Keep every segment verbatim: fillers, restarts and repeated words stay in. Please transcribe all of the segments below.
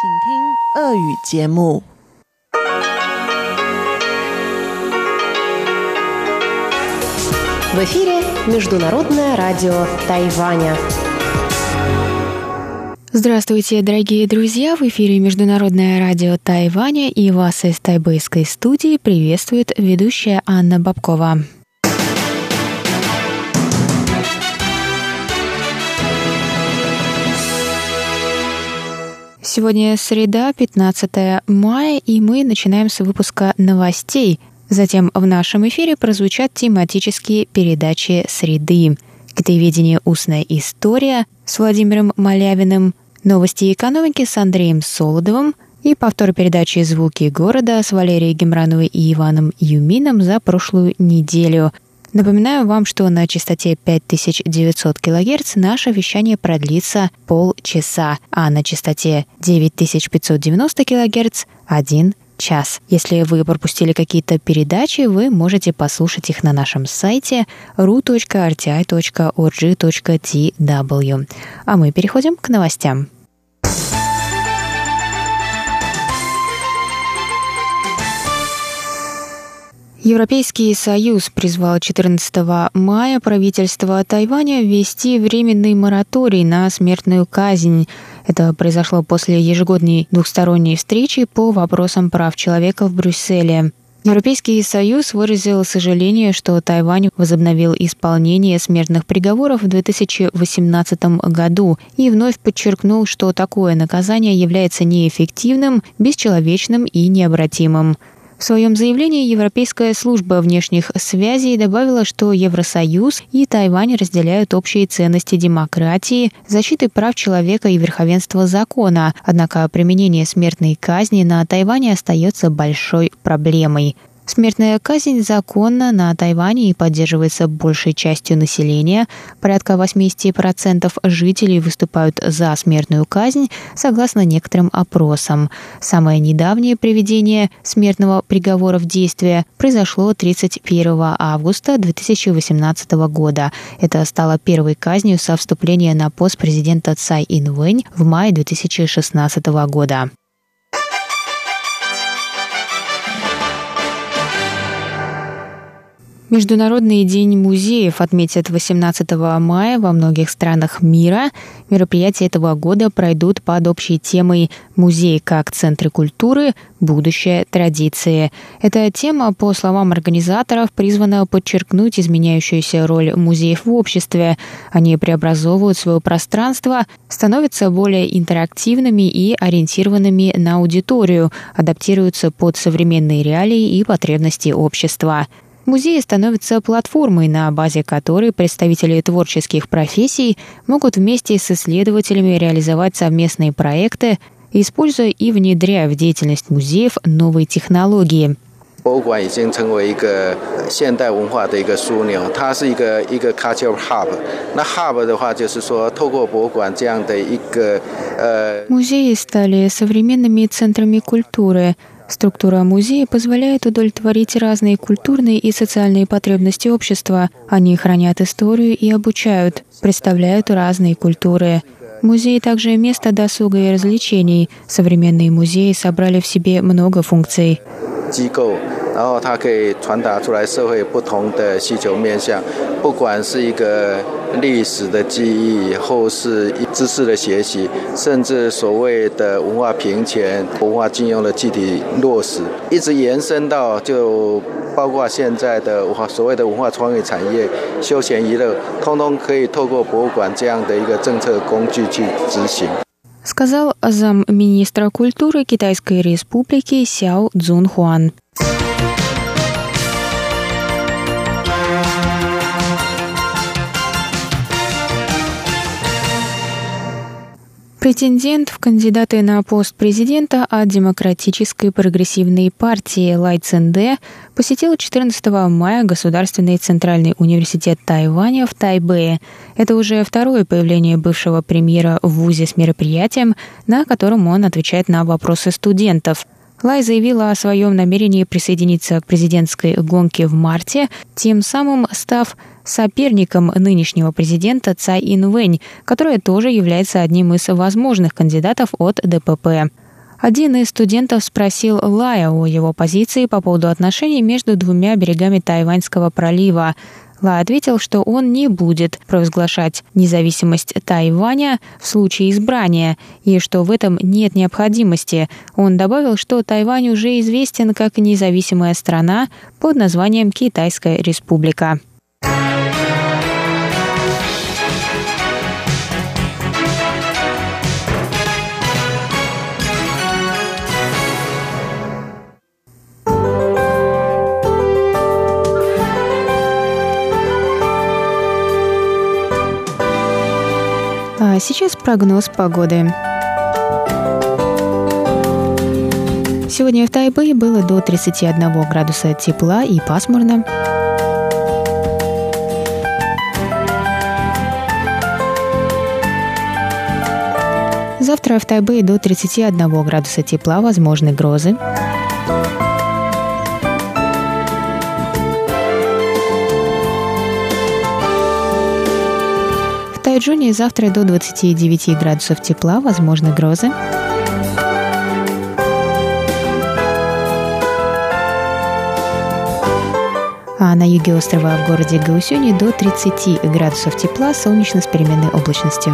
听俄语节目。 В эфире Международное радио Тайваня. Здравствуйте, дорогие друзья! В эфире Международное радио Тайваня, и вас из тайбэйской студии приветствует ведущая Анна Бабкова. Сегодня среда, пятнадцатое мая, и мы начинаем с выпуска новостей. Затем в нашем эфире прозвучат тематические передачи «Среды», «Китаеведение. Устная история» с Владимиром Малявиным, «Новости экономики» с Андреем Солодовым и повтор передачи «Звуки города» с Валерией Гемрановой и Иваном Юмином за прошлую неделю. Напоминаю вам, что на частоте пять тысяч девятьсот килогерц наше вещание продлится полчаса, а на частоте девять тысяч пятьсот девяносто килогерц – один час. Если вы пропустили какие-то передачи, вы можете послушать их на нашем сайте ру точка эр ти ай точка ор джи точка ти дабл ю. А мы переходим к новостям. Европейский Союз призвал четырнадцатого мая правительство Тайваня ввести временный мораторий на смертную казнь. Это произошло после ежегодной двухсторонней встречи по вопросам прав человека в Брюсселе. Европейский Союз выразил сожаление, что Тайвань возобновил исполнение смертных приговоров в две тысячи восемнадцатом году и вновь подчеркнул, что такое наказание является неэффективным, бесчеловечным и необратимым. В своем заявлении Европейская служба внешних связей добавила, что Евросоюз и Тайвань разделяют общие ценности демократии, защиты прав человека и верховенства закона, однако применение смертной казни на Тайване остается большой проблемой. Смертная казнь законна на Тайване и поддерживается большей частью населения. Порядка восемьдесят процентов жителей выступают за смертную казнь, согласно некоторым опросам. Самое недавнее приведение смертного приговора в действие произошло тридцать первого августа две тысячи восемнадцатого года. Это стало первой казнью со вступления на пост президента Цай Ин-вэнь в мае две тысячи шестнадцатого года. Международный день музеев отметят восемнадцатого мая во многих странах мира. Мероприятия этого года пройдут под общей темой «Музей как центры культуры. Будущее традиции». Эта тема, по словам организаторов, призвана подчеркнуть изменяющуюся роль музеев в обществе. Они преобразовывают свое пространство, становятся более интерактивными и ориентированными на аудиторию, адаптируются под современные реалии и потребности общества. Музеи становятся платформой, на базе которой представители творческих профессий могут вместе с исследователями реализовать совместные проекты, используя и внедряя в деятельность музеев новые технологии. 博物馆已经成为一个现代文化的一个枢纽，它是一个一个 cultural hub。那 hub 的话，就是说透过博物馆这样的一个呃。 Музеи стали современными центрами культуры. Структура музея позволяет удовлетворить разные культурные и социальные потребности общества. Они хранят историю и обучают, представляют разные культуры. Музей также место досуга и развлечений. Современные музеи собрали в себе много функций. 机构，然后它可以传达出来社会不同的需求面向，不管是一个历史的记忆，或是知识的学习，甚至所谓的文化平权、文化禁用的具体落实，一直延伸到就包括现在的所谓的文化创意产业、休闲娱乐，通通可以透过博物馆这样的一个政策工具去执行。 Сказал замминистра культуры Китайской Республики Сяо Цзунхуан. Претендент в кандидаты на пост президента от Демократической прогрессивной партии Лай Цзинде посетил четырнадцатого мая Государственный Центральный университет Тайваня в Тайбэе. Это уже второе появление бывшего премьера в вузе с мероприятием, на котором он отвечает на вопросы студентов. Лай заявила о своем намерении присоединиться к президентской гонке в марте, тем самым став соперником нынешнего президента Цай Ин-вэнь, которая тоже является одним из возможных кандидатов от ДПП. Один из студентов спросил Лая о его позиции по поводу отношений между двумя берегами Тайваньского пролива. Ла ответил, что он не будет провозглашать независимость Тайваня в случае избрания, и что в этом нет необходимости. Он добавил, что Тайвань уже известен как независимая страна под названием Китайская Республика. А сейчас прогноз погоды. Сегодня в Тайбэе было до тридцати одного градуса тепла и пасмурно. Завтра в Тайбэе до тридцати одного градуса тепла, возможны грозы. В Тайчжуне завтра до двадцати девяти градусов тепла, возможны грозы. А на юге острова в городе Гаосюне до тридцати градусов тепла, солнечно с переменной облачностью.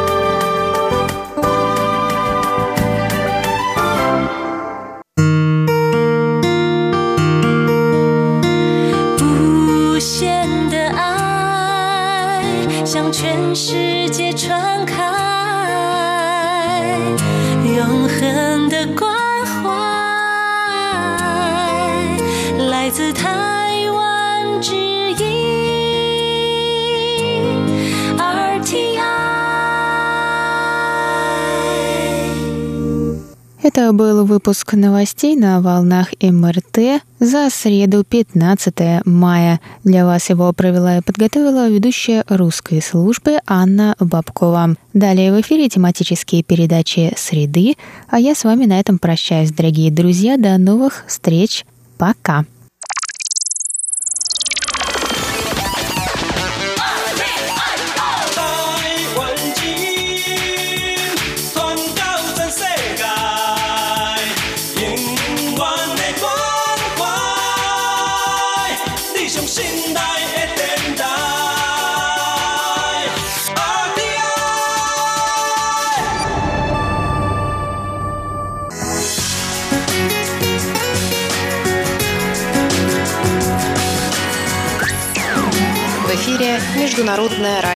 Это был выпуск новостей на волнах эм эр тэ за среду, пятнадцатого мая. Для вас его провела и подготовила ведущая русской службы Анна Бабкова. Далее в эфире тематические передачи «Среды», а я с вами на этом прощаюсь, дорогие друзья. До новых встреч. Пока. В эфире Международная радио.